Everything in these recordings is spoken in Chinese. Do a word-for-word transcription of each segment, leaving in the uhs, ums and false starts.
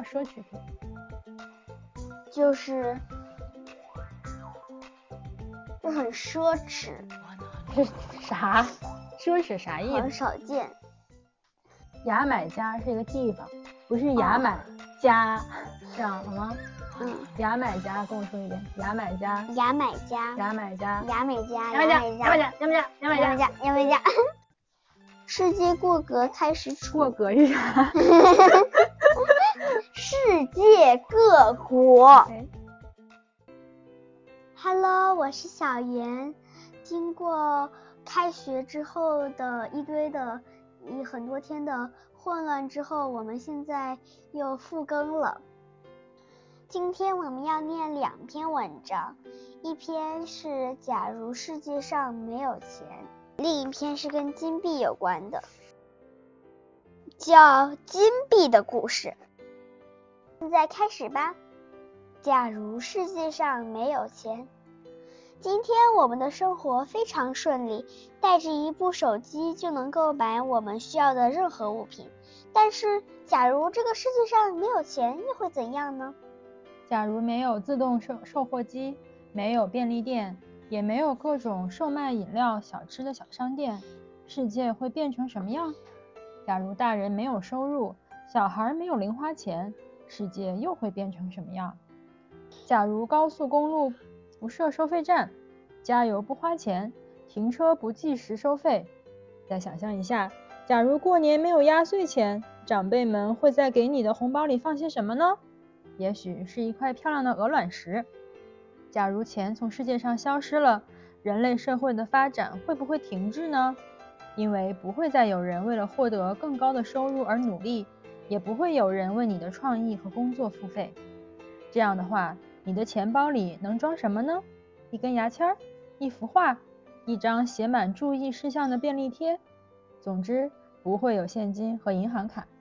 奢侈品？ 就是就很奢侈。 啥？奢侈啥意思？ 很少见。 牙买加是一个地方，不是牙买加，这样好吗？ 嗯。 牙买加，跟我说一遍。牙买加。 牙买加。 牙买加。 牙买加。 牙买加。牙买加。牙买加。牙买加。 牙买加。世界过格开始处。 过格是啥？ 世界各国。 Okay. Hello， 我是小妍。经过开学之后的一堆的一很多天的混乱之后，我们现在又复更了。今天我们要念两篇文章，一篇是假如世界上没有钱，另一篇是跟金币有关的，叫金币的故事。现在开始吧。假如世界上没有钱，今天我们的生活非常顺利，带着一部手机就能购买我们需要的任何物品。但是假如这个世界上没有钱，又会怎样呢？ 假如没有自动售售货机，没有便利店，也没有各种售卖饮料小吃的小商店，世界会变成什么样？假如大人没有收入，小孩没有零花钱，世界又会变成什么样？假如高速公路不设收费站，加油不花钱，停车不计时收费。再想象一下，假如过年没有压岁钱，长辈们会在给你的红包里放些什么呢？也许是一块漂亮的鹅卵石。假如钱从世界上消失了，人类社会的发展会不会停滞呢？因为不会再有人为了获得更高的收入而努力，也不会有人为你的创意和工作付费。这样的话，你的钱包里能装什么呢？一根牙签，一幅画，一张写满注意事项的便利贴。总之，不会有现金和银行卡。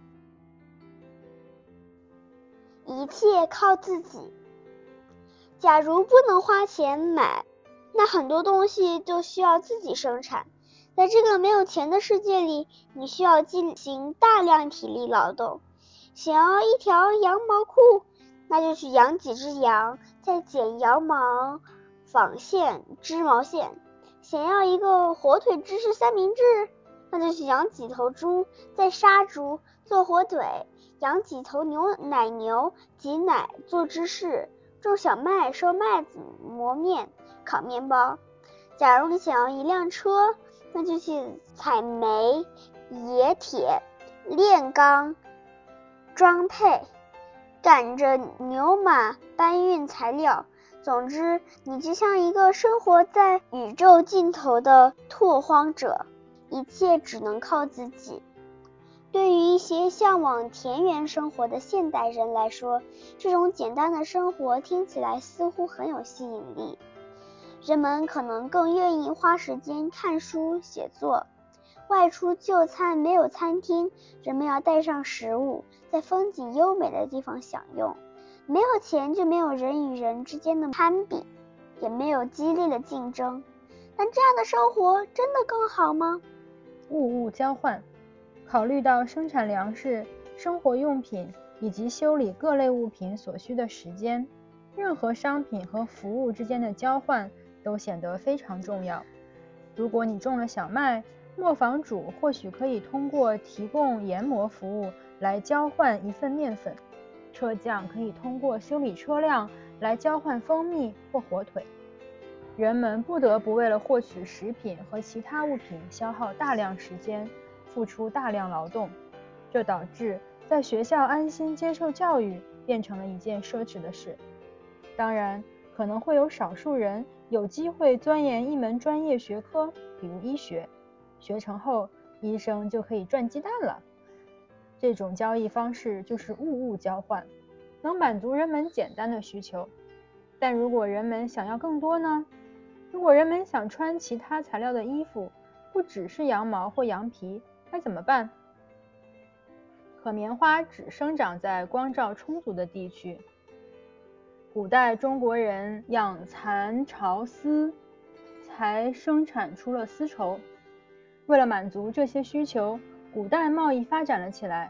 一切靠自己。假如不能花钱买，那很多东西就需要自己生产。在这个没有钱的世界里，你需要进行大量体力劳动。想要一条羊毛裤，那就去养几只羊，再剪羊毛、纺线、织毛线。想要一个火腿芝士三明治，那就去养几头猪，再杀猪做火腿，养几头牛奶牛挤奶做芝士，种小麦收麦子磨面烤面包。假如你想要一辆车，那就去采煤、冶铁、炼钢、装配，赶着牛马搬运材料。总之，你就像一个生活在宇宙尽头的拓荒者，一切只能靠自己。对于一些向往田园生活的现代人来说，这种简单的生活听起来似乎很有吸引力。人们可能更愿意花时间看书、写作。外出就餐没有餐厅，人们要带上食物，在风景优美的地方享用。没有钱就没有人与人之间的攀比，也没有激烈的竞争。但这样的生活真的更好吗？ 物物交换。考虑到生产粮食、生活用品以及修理各类物品所需的时间，任何商品和服务之间的交换都显得非常重要。如果你种了小麦，磨坊主或许可以通过提供研磨服务来交换一份面粉，车匠可以通过修理车辆来交换蜂蜜或火腿。人们不得不为了获取食品和其他物品消耗大量时间，付出大量劳动，这导致在学校安心接受教育变成了一件奢侈的事。当然，可能会有少数人有机会钻研一门专业学科，比如医学，学成后医生就可以赚鸡蛋了。这种交易方式就是物物交换，能满足人们简单的需求。但如果人们想要更多呢？如果人们想穿其他材料的衣服，不只是羊毛或羊皮，该怎么办？可棉花只生长在光照充足的地区。古代中国人养蚕巢丝，才生产出了丝绸。为了满足这些需求，古代贸易发展了起来，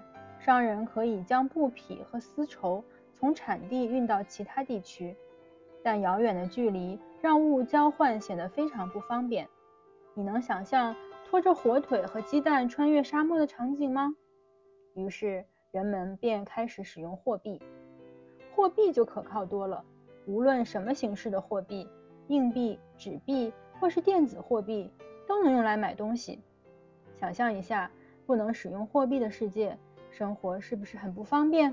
商人可以将布匹和丝绸从产地运到其他地区，但遥远的距离让物交换显得非常不方便。你能想象拖着火腿和鸡蛋穿越沙漠的场景吗？于是人们便开始使用货币。货币就可靠多了，无论什么形式的货币，硬币、纸币或是电子货币，都能用来买东西。想象一下，不能使用货币的世界，生活是不是很不方便？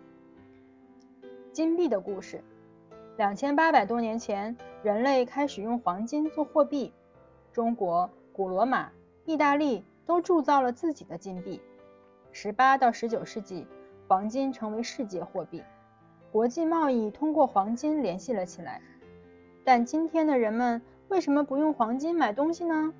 金币的故事。两千八百多年前，人类开始用黄金做货币。中国、古罗马、意大利都铸造了自己的金币。十八到十九世纪，黄金成为世界货币，国际贸易通过黄金联系了起来。但今天的人们为什么不用黄金买东西呢？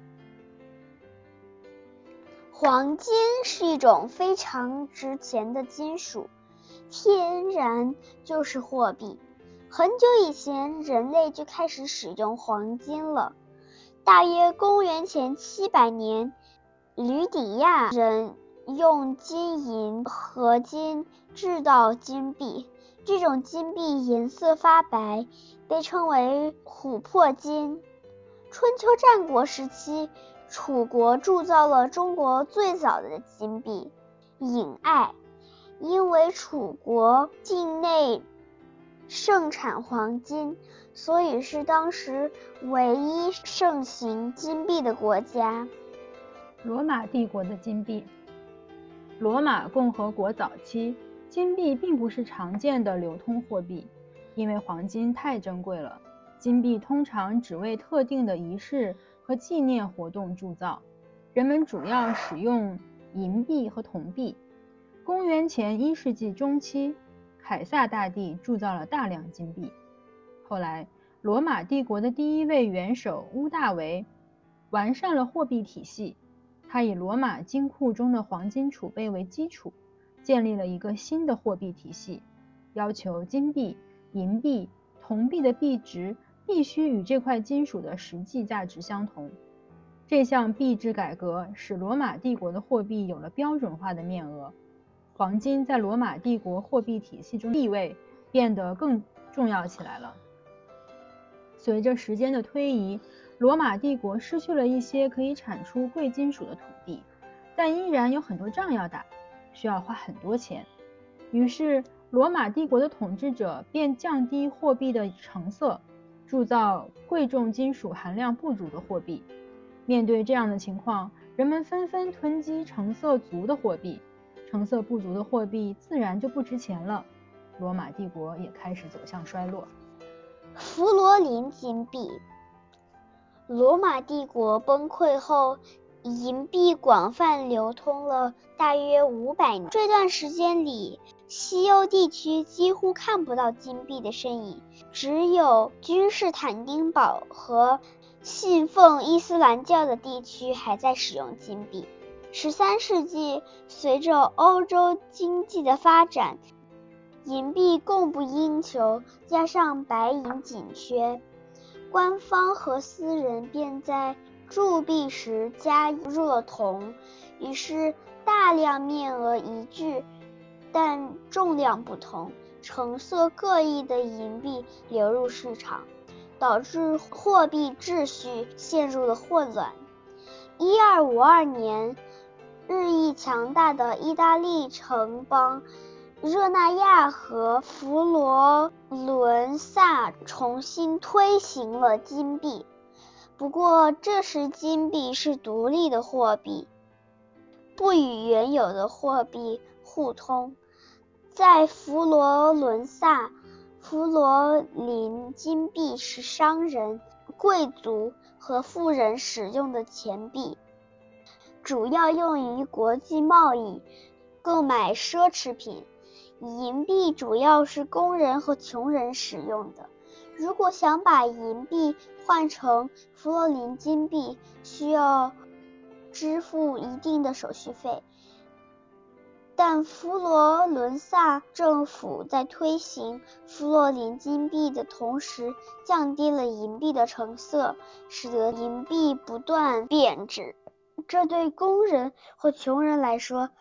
黄金是一种非常值钱的金属，天然就是货币。很久以前，人类就开始使用黄金了。大约公元前七百年，吕底亚人用金银合金制造金币，这种金币颜色发白，被称为琥珀金。春秋战国时期，楚国铸造了中国最早的金币尹爱。因为楚国境内盛产黄金，所以是当时唯一盛行金币的国家。 罗马帝国的金币。罗马共和国早期，金币并不是常见的流通货币，因为黄金太珍贵了，金币通常只为特定的仪式和纪念活动铸造，人们主要使用银币和铜币。公元前一世纪中期，凯撒大帝铸造了大量金币。后来，罗马帝国的第一位元首屋大维完善了货币体系，他以罗马金库中的黄金储备为基础，建立了一个新的货币体系，要求金币、银币、铜币的币值必须与这块金属的实际价值相同。这项币制改革使罗马帝国的货币有了标准化的面额，黄金在罗马帝国货币体系中地位变得更重要起来了。随着时间的推移，罗马帝国失去了一些可以产出贵金属的土地，但依然有很多仗要打，需要花很多钱。于是，罗马帝国的统治者便降低货币的成色，铸造贵重金属含量不足的货币。面对这样的情况，人们纷纷囤积成色足的货币，成色不足的货币自然就不值钱了，罗马帝国也开始走向衰落。 弗罗林金币。罗马帝国崩溃后，银币广泛流通了大约五百年。这段时间里，西欧地区几乎看不到金币的身影，只有君士坦丁堡和信奉伊斯兰教的地区还在使用金币。十三世纪，随着欧洲经济的发展，银币供不应求，加上白银紧缺，官方和私人便在铸币时加入了铜，于是大量面额一致但重量不同、成色各异的银币流入市场，导致货币秩序陷入了混乱。一二五二年，日益强大的意大利城邦热那亚和佛罗伦萨重新推行了金币，不过这时金币是独立的货币，不与原有的货币互通。在佛罗伦萨，佛罗林金币是商人、贵族和富人使用的钱币，主要用于国际贸易，购买奢侈品。银币主要是工人和穷人使用的，如果想把银币换成佛罗林金币，需要支付一定的手续费。但佛罗伦萨政府在推行佛罗林金币的同时，降低了银币的成色，使得银币不断贬值。这对工人和穷人来说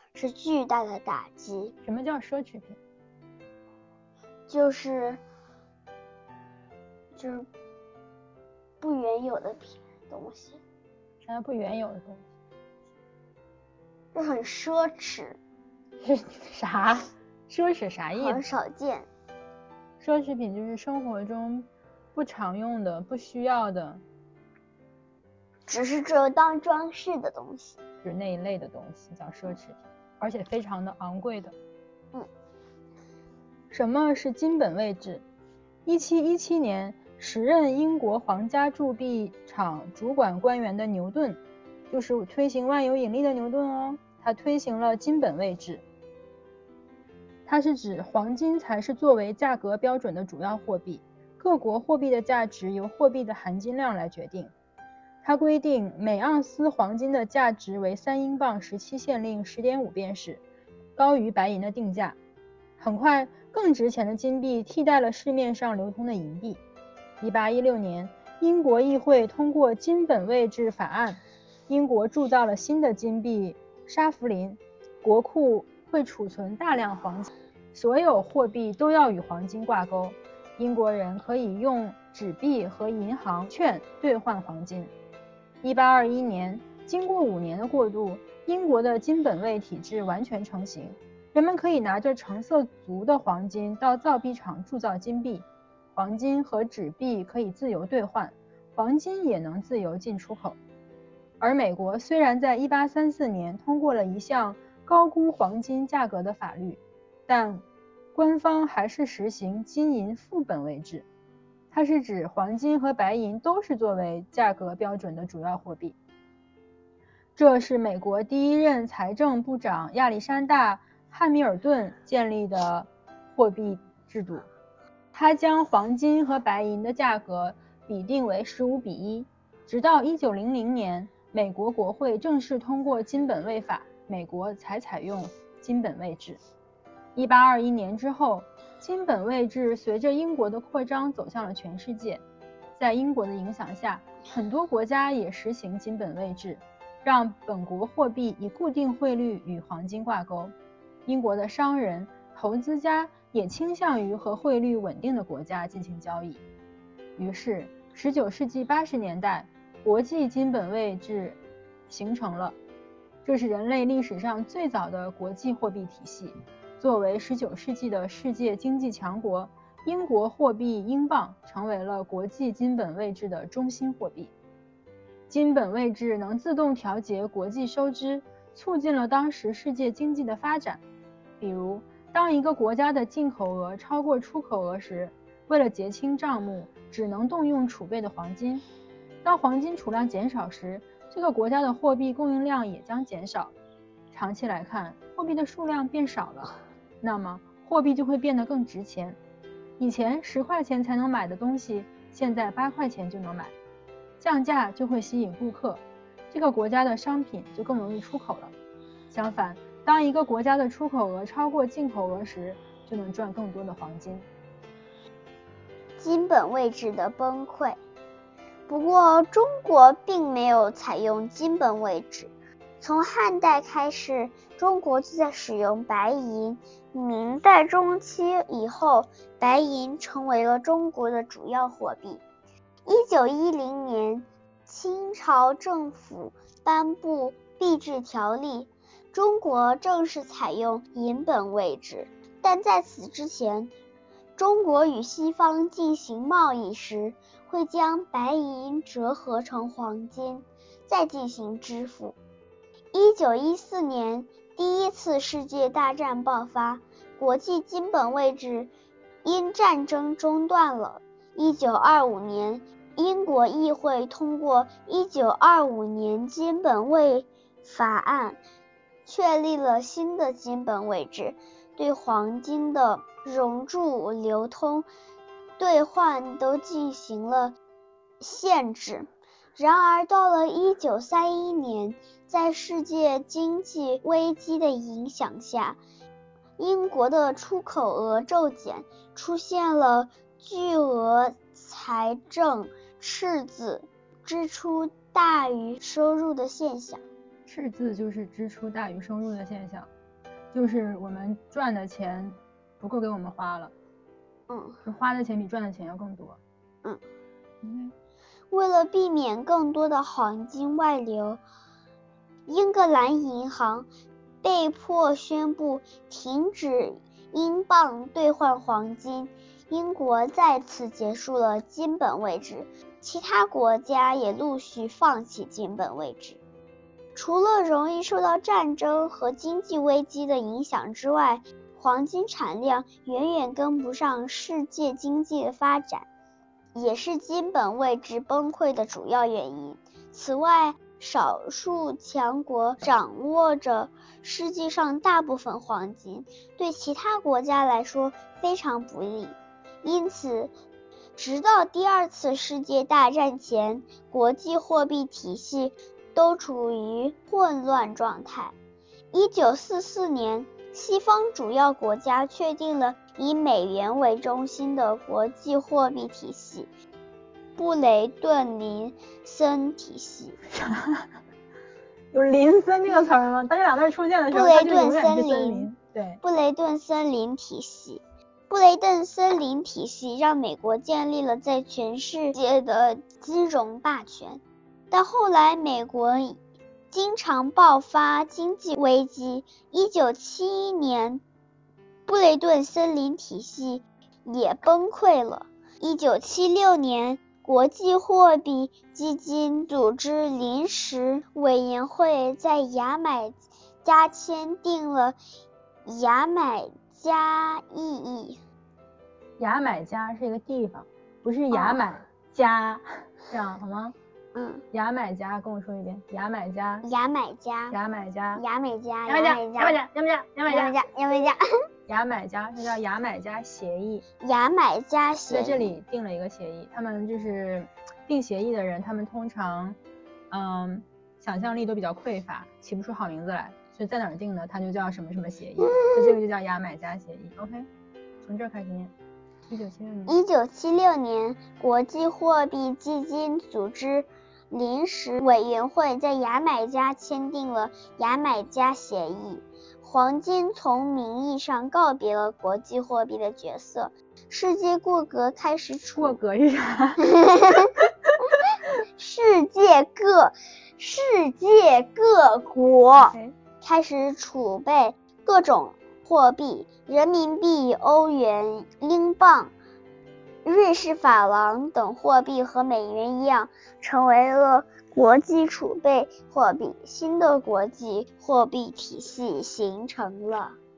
是巨大的打击。 什么叫奢侈品？ 就是就是不原有的品东西。 啥叫不原有的东西？ 这很奢侈。 是啥？奢侈啥意思？ 很少见。 奢侈品就是生活中不常用的、不需要的， 只是只有当装饰的东西， 就是那一类的东西叫奢侈品，而且非常的昂贵的。 嗯。 什么是金本位制？一七一七年，时任英国皇家铸币厂主管官员的牛顿，就是推行万有引力的牛顿哦，他推行了金本位制。它是指黄金才是作为价格标准的主要货币，各国货币的价值由货币的含金量来决定。它规定每盎司黄金的价值为三英镑十七县令十点五便士，高于白银的定价。很快，更值钱的金币替代了市面上流通的银币。一八一六年，英国议会通过金本位制法案，英国铸造了新的金币沙弗林，国库会储存大量黄金，所有货币都要与黄金挂钩。英国人可以用纸币和银行券兑换黄金。一八二一年，经过五年的过渡，英国的金本位体制完全成型，人们可以拿着成色足的黄金到造币厂铸造金币，黄金和纸币可以自由兑换，黄金也能自由进出口。而美国虽然在一八三四年通过了一项高估黄金价格的法律，但官方还是实行金银副本位制，它是指黄金和白银都是作为价格标准的主要货币。这是美国第一任财政部长亚历山大·汉密尔顿建立的货币制度，他将黄金和白银的价格比定为十五比一，直到一九零零年，美国国会正式通过金本位法，美国才采用金本位制。一八二一年之后，金本位制随着英国的扩张走向了全世界。在英国的影响下，很多国家也实行金本位制，让本国货币以固定汇率与黄金挂钩。英国的商人、投资家也倾向于和汇率稳定的国家进行交易。于是，十九世纪八十年代，国际金本位制形成了，这是人类历史上最早的国际货币体系。作为十九世纪的世界经济强国，英国货币英镑成为了国际金本位制的中心货币。金本位制能自动调节国际收支，促进了当时世界经济的发展。比如，当一个国家的进口额超过出口额时，为了结清账目，只能动用储备的黄金。当黄金储量减少时，这个国家的货币供应量也将减少。长期来看，货币的数量变少了，那么货币就会变得更值钱。以前十块钱才能买的东西，现在八块钱就能买。降价就会吸引顾客，这个国家的商品就更容易出口了。相反，当一个国家的出口额超过进口额时，就能赚更多的黄金。 金本位制的崩溃。不过，中国并没有采用金本位制。从汉代开始，中国就在使用白银。明代中期以后，白银成为了中国的主要货币。一九一零年，清朝政府颁布币制条例，中国正式采用银本位制。但在此之前，中国与西方进行贸易时，会将白银折合成黄金，再进行支付。一九一四年，第一次世界大战爆发，国际金本位制因战争中断了。一九二五年，英国议会通过一九二五年金本位法案，确立了新的金本位制，对黄金的熔铸、流通、兑换都进行了限制。然而，到了一九三一年，在世界经济危机的影响下，英国的出口额骤减，出现了巨额财政赤字，支出大于收入的现象。 赤字就是支出大于收入的现象。 就是我们赚的钱不够给我们花了， 嗯， 就花的钱比赚的钱要更多。 嗯， 嗯， 为了避免更多的黄金外流，英格兰银行被迫宣布停止英镑兑换黄金，英国再次结束了金本位制，其他国家也陆续放弃金本位制。除了容易受到战争和经济危机的影响之外，黄金产量远远跟不上世界经济的发展，也是金本位制崩溃的主要原因。此外，少数强国掌握着世界上大部分黄金，对其他国家来说非常不利。因此，直到第二次世界大战前，国际货币体系都处于混乱状态。一九四四年，西方主要国家确定了以美元为中心的国际货币体系——布雷顿林森体系。 有林森这个词儿吗？当这两个字出现的时候，它就永远是森林。对， 布雷顿森林体系。布雷顿森林体系让美国建立了在全世界的金融霸权，但后来美国经常爆发经济危机。一九七一年，布雷顿森林体系也崩溃了。一九七六年，国际货币基金组织临时委员会在牙买加签订了牙买加议议。 牙买加是一个地方，不是牙买加，哦、这样好吗？ 嗯， 牙买加，跟我说一遍，牙买加， 牙买加， 牙买加， 牙买加， 牙买加，牙买加，牙买加，牙买加， 牙买加，牙买加， 牙买加，这叫牙买加协议。 牙买加协议在这里定了一个协议，他们就是定协议的人，他们通常，嗯，想象力都比较匮乏，起不出好名字来，所以在哪儿定的，它就叫什么什么协议，所以这个就叫牙买加协议。OK， 从这儿开始念。一九七六年， 一九七六年，国际货币基金组织临时委员会在牙买加签订了牙买加协议。黄金从名义上告别了国际货币的角色，世界各国开始处过格是啥？ 世界各世界各国 okay. 开始储备各种货币，人民币、欧元、英镑、瑞士法郎等货币和美元一样，成为了国际储备货币。新的国际货币体系形成了。